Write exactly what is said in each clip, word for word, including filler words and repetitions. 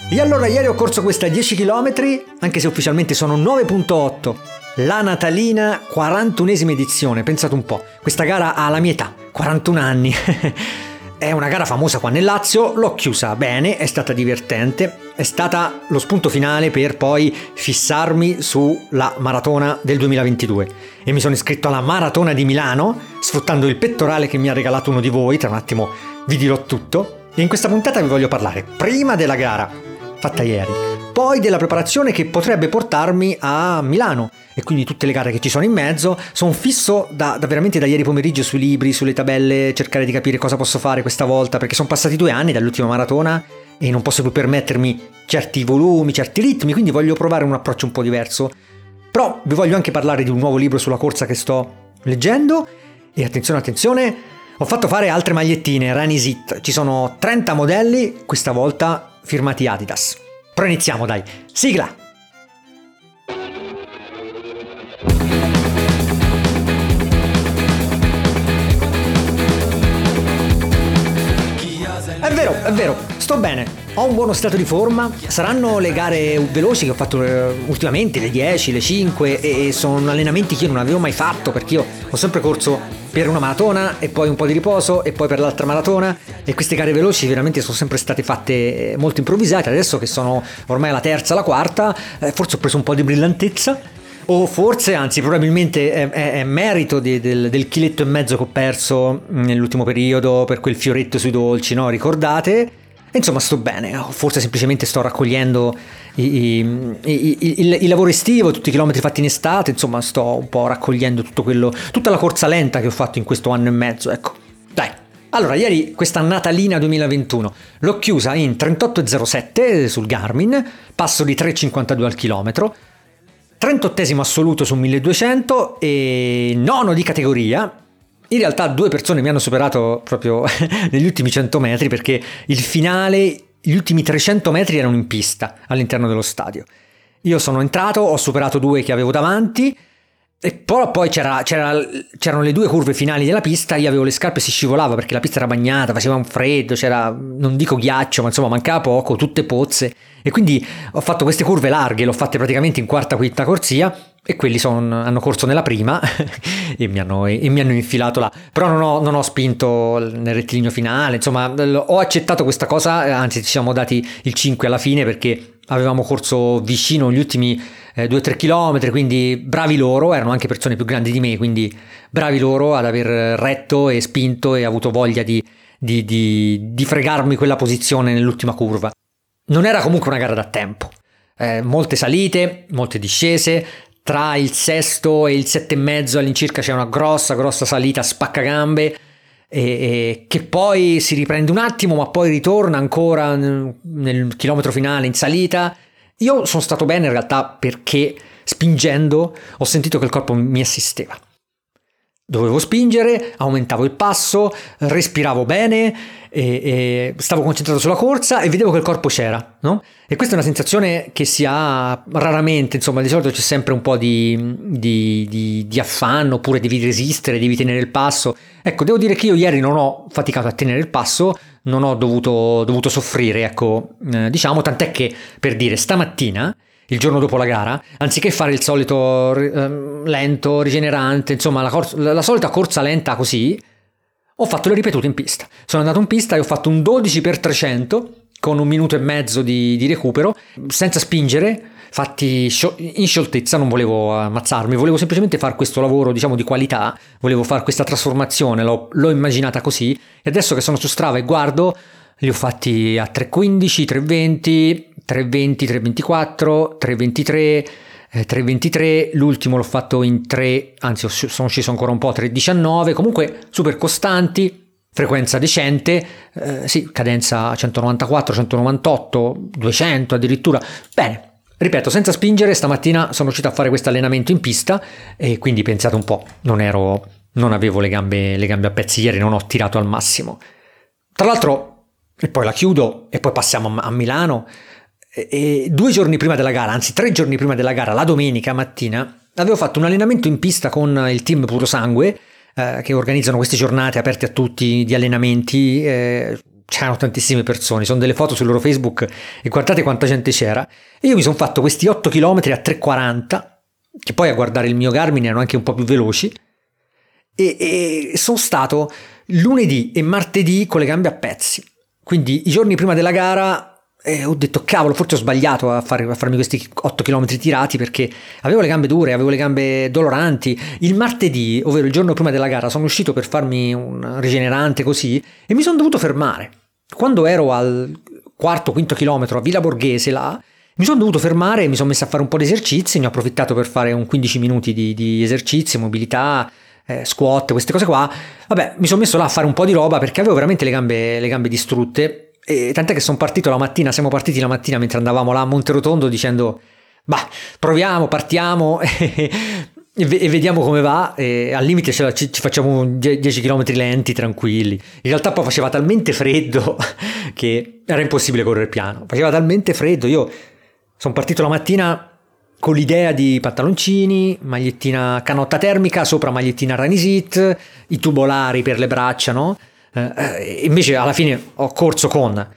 E allora ieri ho corso questa dieci chilometri, anche se ufficialmente sono nove virgola otto. La natalina quarantunesima edizione, pensate un po'. Questa gara ha la mia età, quarantuno anni. È una gara famosa qua nel Lazio, l'ho chiusa bene, è stata divertente. È stata lo spunto finale per poi fissarmi sulla maratona del duemilaventidue. E mi sono iscritto alla maratona di Milano, sfruttando il pettorale che mi ha regalato uno di voi. Tra un attimo vi dirò tutto. E in questa puntata vi voglio parlare prima della gara fatta ieri, poi della preparazione che potrebbe portarmi a Milano e quindi tutte le gare che ci sono in mezzo. Sono fisso da, da veramente da ieri pomeriggio sui libri, sulle tabelle, cercare di capire cosa posso fare questa volta, perché sono passati due anni dall'ultima maratona e non posso più permettermi certi volumi, certi ritmi, quindi voglio provare un approccio un po' diverso. Però vi voglio anche parlare di un nuovo libro sulla corsa che sto leggendo e attenzione attenzione, ho fatto fare altre magliettine Run Is It, ci sono trenta modelli, questa volta firmati Adidas. Però iniziamo, dai. Sigla! È vero, è vero, sto bene. Ho un buono stato di forma. Saranno le gare veloci che ho fatto ultimamente, le dieci, le cinque, e sono allenamenti che io non avevo mai fatto, perché io ho sempre corso per una maratona e poi un po' di riposo e poi per l'altra maratona, e queste gare veloci veramente sono sempre state fatte molto improvvisate. Adesso che sono ormai la terza, la quarta, eh, forse ho preso un po' di brillantezza, o forse anzi probabilmente è, è, è merito di, del, del chiletto e mezzo che ho perso nell'ultimo periodo per quel fioretto sui dolci, no? Ricordate? Insomma, sto bene, forse semplicemente sto raccogliendo i, i, i, il, il lavoro estivo, tutti i chilometri fatti in estate, insomma sto un po' raccogliendo tutto quello, tutta la corsa lenta che ho fatto in questo anno e mezzo, ecco. Dai, allora ieri questa natalina duemilaventuno l'ho chiusa in trentotto e zero sette sul Garmin, passo di tre virgola cinquantadue al chilometro, trentottesimo assoluto su milleduecento e nono di categoria. In realtà due persone mi hanno superato proprio negli ultimi cento metri, perché il finale, gli ultimi trecento metri erano in pista all'interno dello stadio. Io sono entrato, ho superato due che avevo davanti, e poi, poi c'era, c'era, c'erano le due curve finali della pista. Io avevo le scarpe, si scivolava perché la pista era bagnata, faceva un freddo, c'era, non dico ghiaccio, ma insomma mancava poco, tutte pozze, e quindi ho fatto queste curve larghe, l'ho fatte praticamente in quarta, quinta corsia, e quelli son, hanno corso nella prima e, mi hanno, e mi hanno infilato là. Però non ho, non ho spinto nel rettilineo finale, insomma ho accettato questa cosa, anzi ci siamo dati il cinque alla fine perché avevamo corso vicino gli ultimi eh, due tre chilometri, quindi bravi loro, erano anche persone più grandi di me, quindi bravi loro ad aver retto e spinto e avuto voglia di, di, di, di fregarmi quella posizione nell'ultima curva. Non era comunque una gara da tempo, eh, molte salite, molte discese. Tra il sesto e il sette e mezzo all'incirca c'è una grossa grossa salita spaccagambe e, e che poi si riprende un attimo, ma poi ritorna ancora nel, nel chilometro finale in salita. Io sono stato bene in realtà, perché spingendo ho sentito che il corpo mi assisteva. Dovevo spingere, aumentavo il passo, respiravo bene e, e stavo concentrato sulla corsa e vedevo che il corpo c'era, no? E questa è una sensazione che si ha raramente, insomma di solito c'è sempre un po' di, di, di, di affanno, oppure devi resistere, devi tenere il passo. Ecco, devo dire che io ieri non ho faticato a tenere il passo, non ho dovuto, dovuto soffrire, ecco, eh, diciamo, tant'è che, per dire, stamattina, il giorno dopo la gara, anziché fare il solito eh, lento, rigenerante, insomma la, corsa, la, la solita corsa lenta così, ho fatto le ripetute in pista. Sono andato in pista e ho fatto un dodici per trecento con un minuto e mezzo di, di recupero, senza spingere, fatti in scioltezza. Non volevo ammazzarmi, volevo semplicemente fare questo lavoro, diciamo, di qualità, volevo fare questa trasformazione, l'ho, l'ho immaginata così, e adesso che sono su Strava e guardo, li ho fatti a tre quindici, tre venti, tre venti, tre ventiquattro, tre ventitré, eh, tre ventitré, l'ultimo l'ho fatto in tre, anzi sono sceso ancora un po', tre diciannove, comunque super costanti, frequenza decente, eh, sì, cadenza centonovantaquattro, centonovantotto, duecento addirittura, bene. Ripeto, senza spingere, stamattina sono riuscito a fare questo allenamento in pista e quindi pensate un po', non ero, non avevo le gambe, le gambe a pezzi ieri, non ho tirato al massimo. Tra l'altro, e poi la chiudo e poi passiamo a Milano, e, e due giorni prima della gara, anzi tre giorni prima della gara, la domenica mattina, avevo fatto un allenamento in pista con il team Puro Sangue, eh, che organizzano queste giornate aperte a tutti di allenamenti, eh, c'erano tantissime persone, sono delle foto sul loro Facebook e guardate quanta gente c'era, e io mi sono fatto questi otto chilometri a tre e quaranta, che poi a guardare il mio Garmin erano anche un po' più veloci, e, e sono stato lunedì e martedì con le gambe a pezzi, quindi i giorni prima della gara eh, ho detto cavolo, forse ho sbagliato a, fare, a farmi questi otto chilometri tirati, perché avevo le gambe dure, avevo le gambe doloranti. Il martedì, ovvero il giorno prima della gara, sono uscito per farmi un rigenerante così e mi sono dovuto fermare. Quando ero al quarto, quinto chilometro a Villa Borghese là, mi sono dovuto fermare e mi sono messo a fare un po' di esercizi, ne ho approfittato per fare un quindici minuti di, di esercizi, mobilità, eh, squat, queste cose qua. Vabbè, mi sono messo là a fare un po' di roba perché avevo veramente le gambe, le gambe distrutte. E tant'è che sono partito la mattina, siamo partiti la mattina mentre andavamo là a Monterotondo dicendo bah, proviamo, partiamo e, e vediamo come va, e al limite ci, ci facciamo dieci chilometri lenti, tranquilli. In realtà poi faceva talmente freddo che era impossibile correre piano, faceva talmente freddo. Io sono partito la mattina con l'idea di pantaloncini, magliettina canotta termica, sopra magliettina Ranisit, i tubolari per le braccia, no? Eh, invece alla fine ho corso con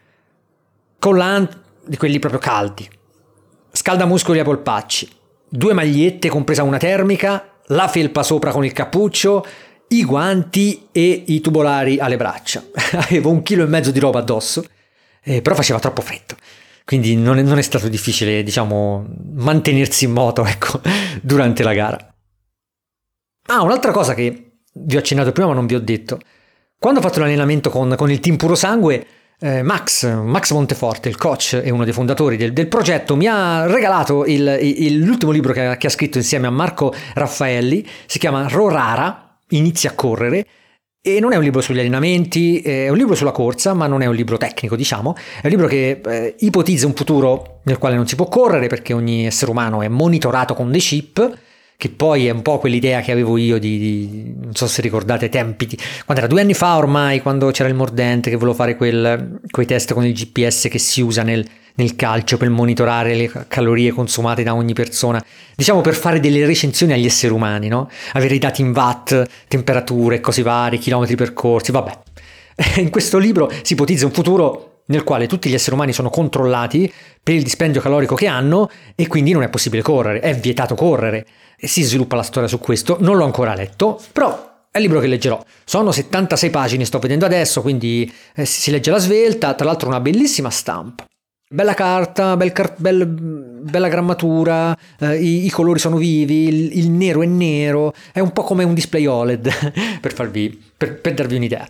collant di quelli proprio caldi, scaldamuscoli a polpacci, due magliette compresa una termica, la felpa sopra con il cappuccio, i guanti e i tubolari alle braccia. Avevo un chilo e mezzo di roba addosso, eh, però faceva troppo freddo, quindi non è, non è stato difficile, diciamo, mantenersi in moto, ecco, durante la gara. Ah, un'altra cosa che vi ho accennato prima ma non vi ho detto: quando ho fatto l'allenamento con, con il team Puro Sangue, eh, Max, Max Monteforte, il coach e uno dei fondatori del, del progetto, mi ha regalato il, il, l'ultimo libro che, che ha scritto insieme a Marco Raffaelli. Si chiama Rorara, Inizia a correre, e non è un libro sugli allenamenti, è un libro sulla corsa, ma non è un libro tecnico, diciamo. È un libro che eh, ipotizza un futuro nel quale non si può correre perché ogni essere umano è monitorato con dei chip, che poi è un po' quell'idea che avevo io di, di non so se ricordate tempi, di, quando era due anni fa ormai, quando c'era il mordente, che volevo fare quel, quei test con il G P S che si usa nel, nel calcio per monitorare le calorie consumate da ogni persona, diciamo per fare delle recensioni agli esseri umani, no? Avere i dati in watt, temperature, cose varie, chilometri percorsi, vabbè. In questo libro si ipotizza un futuro nel quale tutti gli esseri umani sono controllati per il dispendio calorico che hanno e quindi non è possibile correre, è vietato correre, e si sviluppa la storia su questo. Non l'ho ancora letto, però è il libro che leggerò. Sono settantasei pagine, sto vedendo adesso, quindi eh, si legge alla svelta, tra l'altro una bellissima stampa. Bella carta, bel car- bel, bella grammatura, eh, i, i colori sono vivi, il, il nero è nero, è un po' come un display O L E D per farvi, per, per darvi un'idea.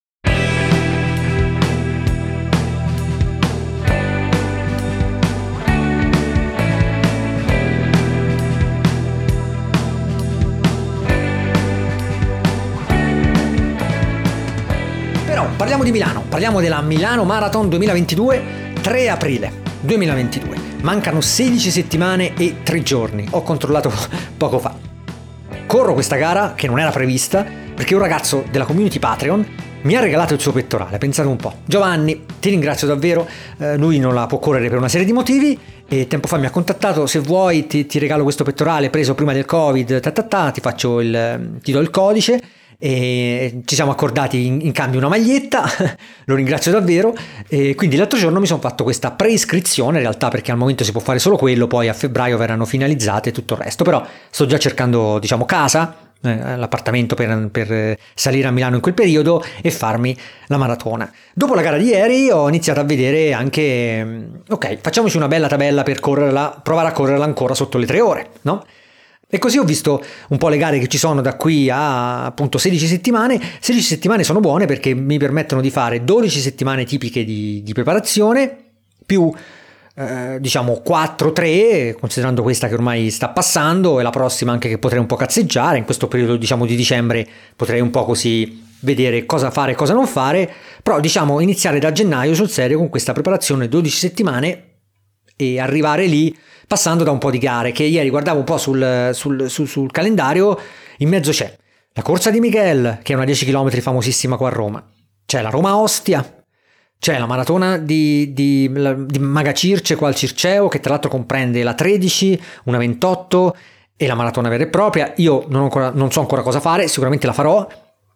Parliamo di Milano, parliamo della Milano Marathon duemilaventidue, tre aprile duemilaventidue. Mancano sedici settimane e tre giorni, ho controllato poco fa. Corro questa gara che non era prevista perché un ragazzo della community Patreon mi ha regalato il suo pettorale, pensate un po'. Giovanni, ti ringrazio davvero, eh, lui non la può correre per una serie di motivi e tempo fa mi ha contattato: se vuoi ti, ti regalo questo pettorale preso prima del Covid, ta ta ta, ti faccio il, ti do il codice. E ci siamo accordati in, in cambio una maglietta, lo ringrazio davvero. E quindi l'altro giorno mi sono fatto questa preiscrizione, in realtà perché al momento si può fare solo quello, poi a febbraio verranno finalizzate e tutto il resto, però sto già cercando, diciamo, casa, eh, l'appartamento per, per salire a Milano in quel periodo e farmi la maratona. Dopo la gara di ieri ho iniziato a vedere anche, ok, facciamoci una bella tabella per correrla, provare a correrla ancora sotto le tre ore, no? E così ho visto un po' le gare che ci sono da qui a appunto sedici settimane. sedici settimane sono buone perché mi permettono di fare dodici settimane tipiche di, di preparazione, più eh, diciamo quattro tre, considerando questa che ormai sta passando e la prossima anche che potrei un po' cazzeggiare. In questo periodo, diciamo, di dicembre potrei un po' così vedere cosa fare e cosa non fare, però diciamo iniziare da gennaio sul serio con questa preparazione dodici settimane e arrivare lì passando da un po' di gare che ieri guardavo un po' sul, sul, sul, sul calendario. In mezzo c'è la corsa di Miguel, che è una dieci chilometri famosissima qua a Roma, c'è la Roma Ostia, c'è la maratona di, di, di Maga Circe qua al Circeo, che tra l'altro comprende la tredici, una ventotto e la maratona vera e propria. Io non, ancora, non so ancora cosa fare, sicuramente la farò,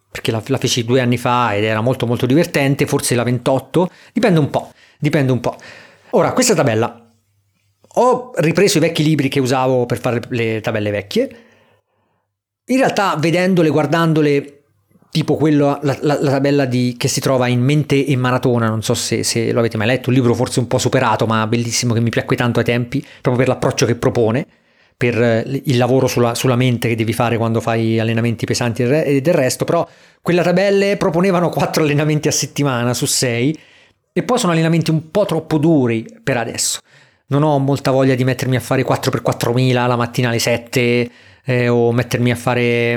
perché la, la feci due anni fa ed era molto molto divertente, forse la ventotto, dipende un po', dipende un po'. Ora, questa tabella, ho ripreso i vecchi libri che usavo per fare le tabelle vecchie, in realtà vedendole, guardandole, tipo quello, la, la, la tabella di, che si trova in Mente e Maratona, non so se, se lo avete mai letto, un libro forse un po' superato ma bellissimo, che mi piacque tanto ai tempi, proprio per l'approccio che propone, per il lavoro sulla, sulla mente che devi fare quando fai allenamenti pesanti e del resto. Però quelle tabelle proponevano quattro allenamenti a settimana su sei, e poi sono allenamenti un po' troppo duri per adesso. Non ho molta voglia di mettermi a fare quattro per quattromila la mattina alle sette, eh, o mettermi a fare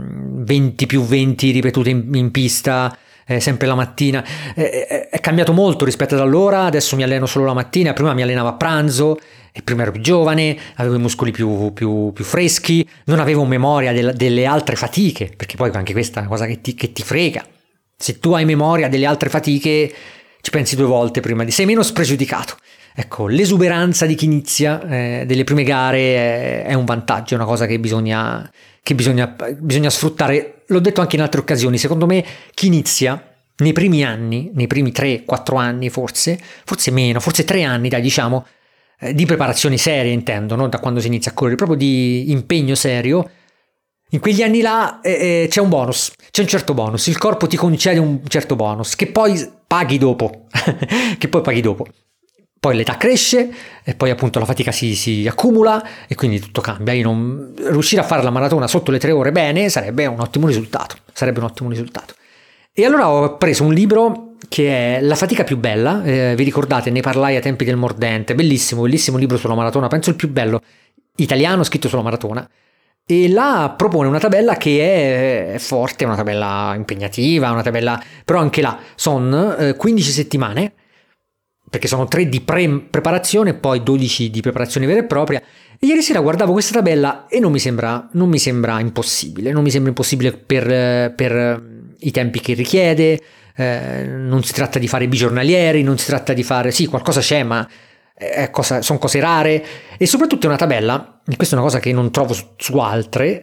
venti più venti ripetute in, in pista, eh, sempre la mattina. Eh, è, è cambiato molto rispetto ad allora, adesso mi alleno solo la mattina, prima mi allenavo a pranzo, e prima ero più giovane, avevo i muscoli più, più, più freschi, non avevo memoria del, delle altre fatiche, perché poi anche questa è una cosa che ti, che ti frega. Se tu hai memoria delle altre fatiche, ci pensi due volte prima di... sei meno spregiudicato. Ecco, l'esuberanza di chi inizia, eh, delle prime gare, è, è un vantaggio, è una cosa che bisogna, che bisogna, bisogna sfruttare. L'ho detto anche in altre occasioni, secondo me chi inizia nei primi anni, nei primi tre quattro anni forse, forse meno, forse tre anni dai, diciamo, eh, di preparazione seria intendo, non da quando si inizia a correre, proprio di impegno serio, in quegli anni là eh, eh, c'è un bonus, c'è un certo bonus, il corpo ti concede un certo bonus, che poi paghi dopo, che poi paghi dopo. Poi l'età cresce e poi appunto la fatica si, si accumula e quindi tutto cambia. Io non, riuscire a fare la maratona sotto le tre ore bene sarebbe un ottimo risultato, sarebbe un ottimo risultato. E allora ho preso un libro che è La fatica più bella, eh, vi ricordate, ne parlai a tempi del Mordente, bellissimo, bellissimo libro sulla maratona, penso il più bello italiano scritto sulla maratona. E là propone una tabella che è forte, una tabella impegnativa, una tabella, però anche là sono eh, quindici settimane, perché sono tre di pre- preparazione e poi dodici di preparazione vera e propria. E ieri sera guardavo questa tabella e non mi sembra, non mi sembra impossibile, non mi sembra impossibile per, per i tempi che richiede, eh, non si tratta di fare bigiornalieri, non si tratta di fare, sì, qualcosa c'è, ma è cosa, sono cose rare, e soprattutto è una tabella, e questa è una cosa che non trovo su, su altre,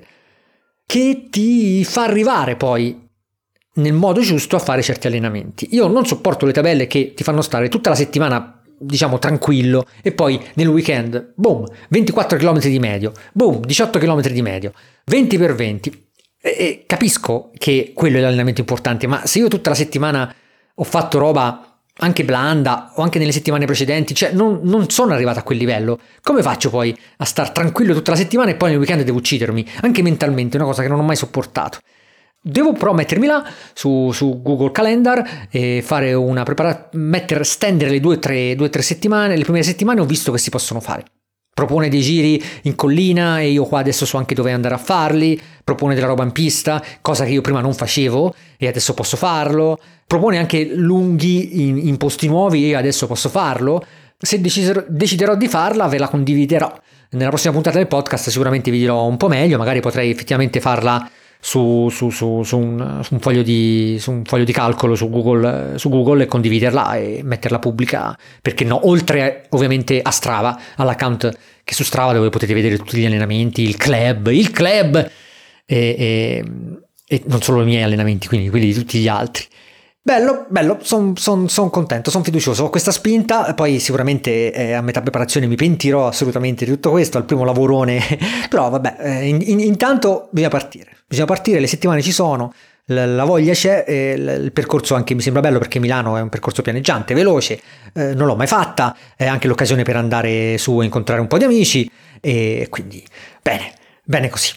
che ti fa arrivare poi nel modo giusto a fare certi allenamenti. Io non sopporto le tabelle che ti fanno stare tutta la settimana, diciamo, tranquillo, e poi nel weekend, boom, ventiquattro chilometri di medio, boom, diciotto chilometri di medio, venti per venti. E, e capisco che quello è l'allenamento importante, ma se io tutta la settimana ho fatto roba anche blanda, o anche nelle settimane precedenti, cioè non, non sono arrivato a quel livello, come faccio poi a star tranquillo tutta la settimana e poi nel weekend devo uccidermi? Anche mentalmente è una cosa che non ho mai sopportato. Devo però mettermi là su, su Google Calendar e fare una preparazione, mettere, stendere le due o tre, due, tre settimane. Le prime settimane ho visto che si possono fare. Propone dei giri in collina e io qua adesso so anche dove andare a farli. Propone della roba in pista, cosa che io prima non facevo e adesso posso farlo. Propone anche lunghi in, in posti nuovi e io adesso posso farlo. Se deciderò, deciderò di farla, ve la condividerò. Nella prossima puntata del podcast sicuramente vi dirò un po' meglio, magari potrei effettivamente farla Su, su, su, su, un, su, un foglio di, su un foglio di calcolo su Google, su Google e condividerla e metterla pubblica, perché no, oltre ovviamente a Strava, all'account che su Strava dove potete vedere tutti gli allenamenti, il club, il club e, e, e non solo i miei allenamenti, quindi quelli di tutti gli altri. Bello, bello, sono son, son contento, sono fiducioso, ho questa spinta, poi sicuramente eh, a metà preparazione mi pentirò assolutamente di tutto questo, al primo lavorone, però vabbè, eh, in, in, intanto bisogna partire, bisogna partire, le settimane ci sono, la, la voglia c'è, eh, il, il percorso anche mi sembra bello perché Milano è un percorso pianeggiante, veloce, eh, non l'ho mai fatta, è anche l'occasione per andare su e incontrare un po' di amici, e quindi bene, bene così.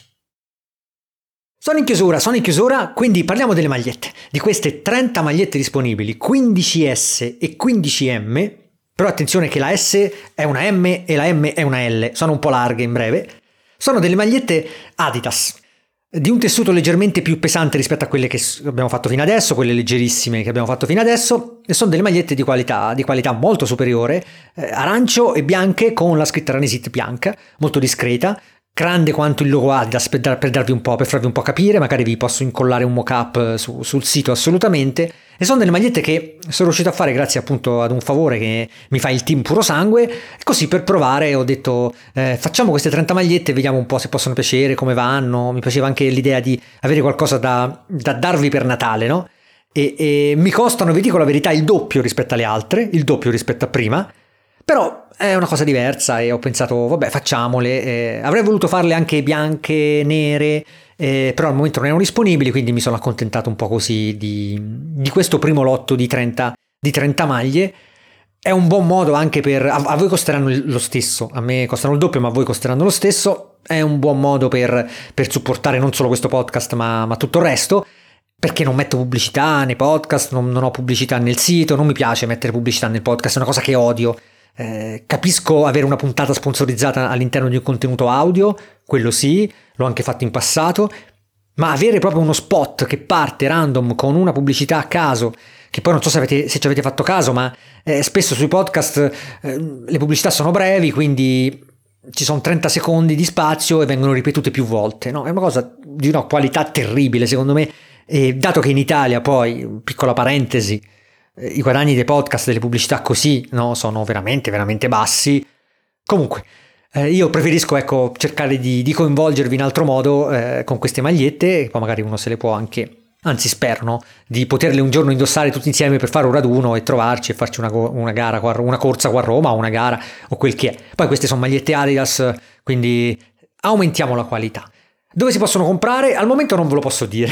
Sono in chiusura, sono in chiusura, quindi parliamo delle magliette. Di queste trenta magliette disponibili, quindici S e quindici M, però attenzione che la S è una M e la M è una L, sono un po' larghe in breve. Sono delle magliette Adidas, di un tessuto leggermente più pesante rispetto a quelle che abbiamo fatto fino adesso, quelle leggerissime che abbiamo fatto fino adesso, e sono delle magliette di qualità, di qualità molto superiore, eh, arancio e bianche con la scritta Ranasite bianca, molto discreta, grande quanto il logo Adidas per, dar, per darvi un po', per farvi un po' capire, magari vi posso incollare un mock-up su, sul sito assolutamente. E sono delle magliette che sono riuscito a fare grazie appunto ad un favore che mi fa il team Puro Sangue, così per provare ho detto eh, facciamo queste trenta magliette e vediamo un po' se possono piacere, come vanno. Mi piaceva anche l'idea di avere qualcosa da, da darvi per Natale, no? E, e mi costano, vi dico la verità, il doppio rispetto alle altre, il doppio rispetto a prima, però è una cosa diversa e ho pensato vabbè facciamole, eh, avrei voluto farle anche bianche, nere, eh, però al momento non erano disponibili, quindi mi sono accontentato un po' così di, di questo primo lotto di trenta, di trenta maglie. È un buon modo anche per, a, a voi costeranno lo stesso, a me costano il doppio ma a voi costeranno lo stesso, è un buon modo per, per supportare non solo questo podcast ma, ma tutto il resto, perché non metto pubblicità nei podcast, non, non ho pubblicità nel sito, non mi piace mettere pubblicità nel podcast, è una cosa che odio. Eh, capisco avere una puntata sponsorizzata all'interno di un contenuto audio, quello sì, l'ho anche fatto in passato, ma avere proprio uno spot che parte random con una pubblicità a caso, che poi non so se, avete, se ci avete fatto caso, ma eh, spesso sui podcast eh, le pubblicità sono brevi, quindi ci sono trenta secondi di spazio e vengono ripetute più volte, no? È una cosa di una qualità terribile secondo me, e dato che in Italia poi, piccola parentesi, i guadagni dei podcast, delle pubblicità così, no, sono veramente veramente bassi. Comunque eh, io preferisco ecco cercare di, di coinvolgervi in altro modo eh, con queste magliette, e poi magari uno se le può anche, anzi spero, no, di poterle un giorno indossare tutti insieme per fare un raduno e trovarci e farci una, una gara, una corsa qua a Roma o una gara o quel che è. Poi queste sono magliette Adidas, quindi aumentiamo la qualità. Dove si possono comprare? Al momento non ve lo posso dire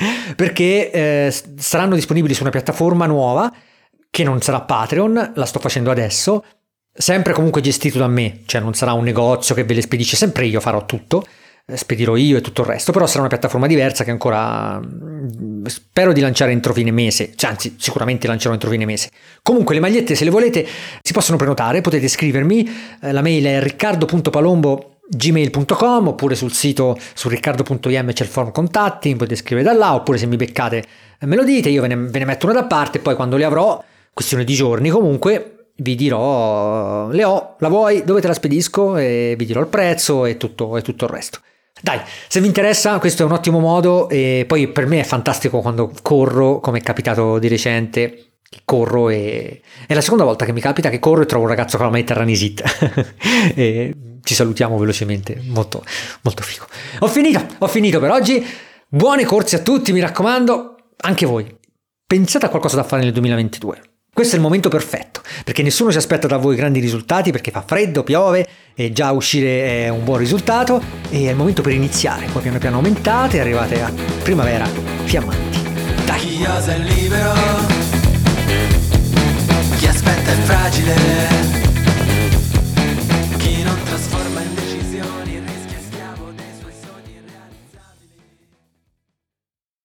perché eh, saranno disponibili su una piattaforma nuova che non sarà Patreon, la sto facendo adesso, sempre comunque gestito da me, cioè non sarà un negozio che ve le spedisce, sempre io farò tutto, eh, spedirò io e tutto il resto, però sarà una piattaforma diversa che ancora mh, spero di lanciare entro fine mese, cioè, anzi sicuramente lancerò entro fine mese. Comunque le magliette, se le volete, si possono prenotare, potete scrivermi, eh, la mail è riccardo punto palombo gmail punto com, oppure sul sito su riccardo punto i m c'è il form contatti, mi potete scrivere da là, oppure se mi beccate me lo dite, io ve ne, ve ne metto una da parte e poi quando le avrò, questione di giorni comunque, vi dirò le ho, la vuoi, dove te la spedisco, e vi dirò il prezzo e tutto, e tutto il resto. Dai, se vi interessa questo è un ottimo modo, e poi per me è fantastico quando corro, come è capitato di recente, corro e è la seconda volta che mi capita che corro e trovo un ragazzo con la maglietta Ranisit e ci salutiamo velocemente, molto molto figo. Ho finito, ho finito per oggi, buone corse a tutti, mi raccomando, anche voi pensate a qualcosa da fare nel duemilaventidue, questo è il momento perfetto, perché nessuno si aspetta da voi grandi risultati, perché fa freddo, piove e già uscire è un buon risultato, e è il momento per iniziare, poi piano piano aumentate e arrivate a primavera fiammanti. Dai! Chi osa è libero, chi aspetta è fragile.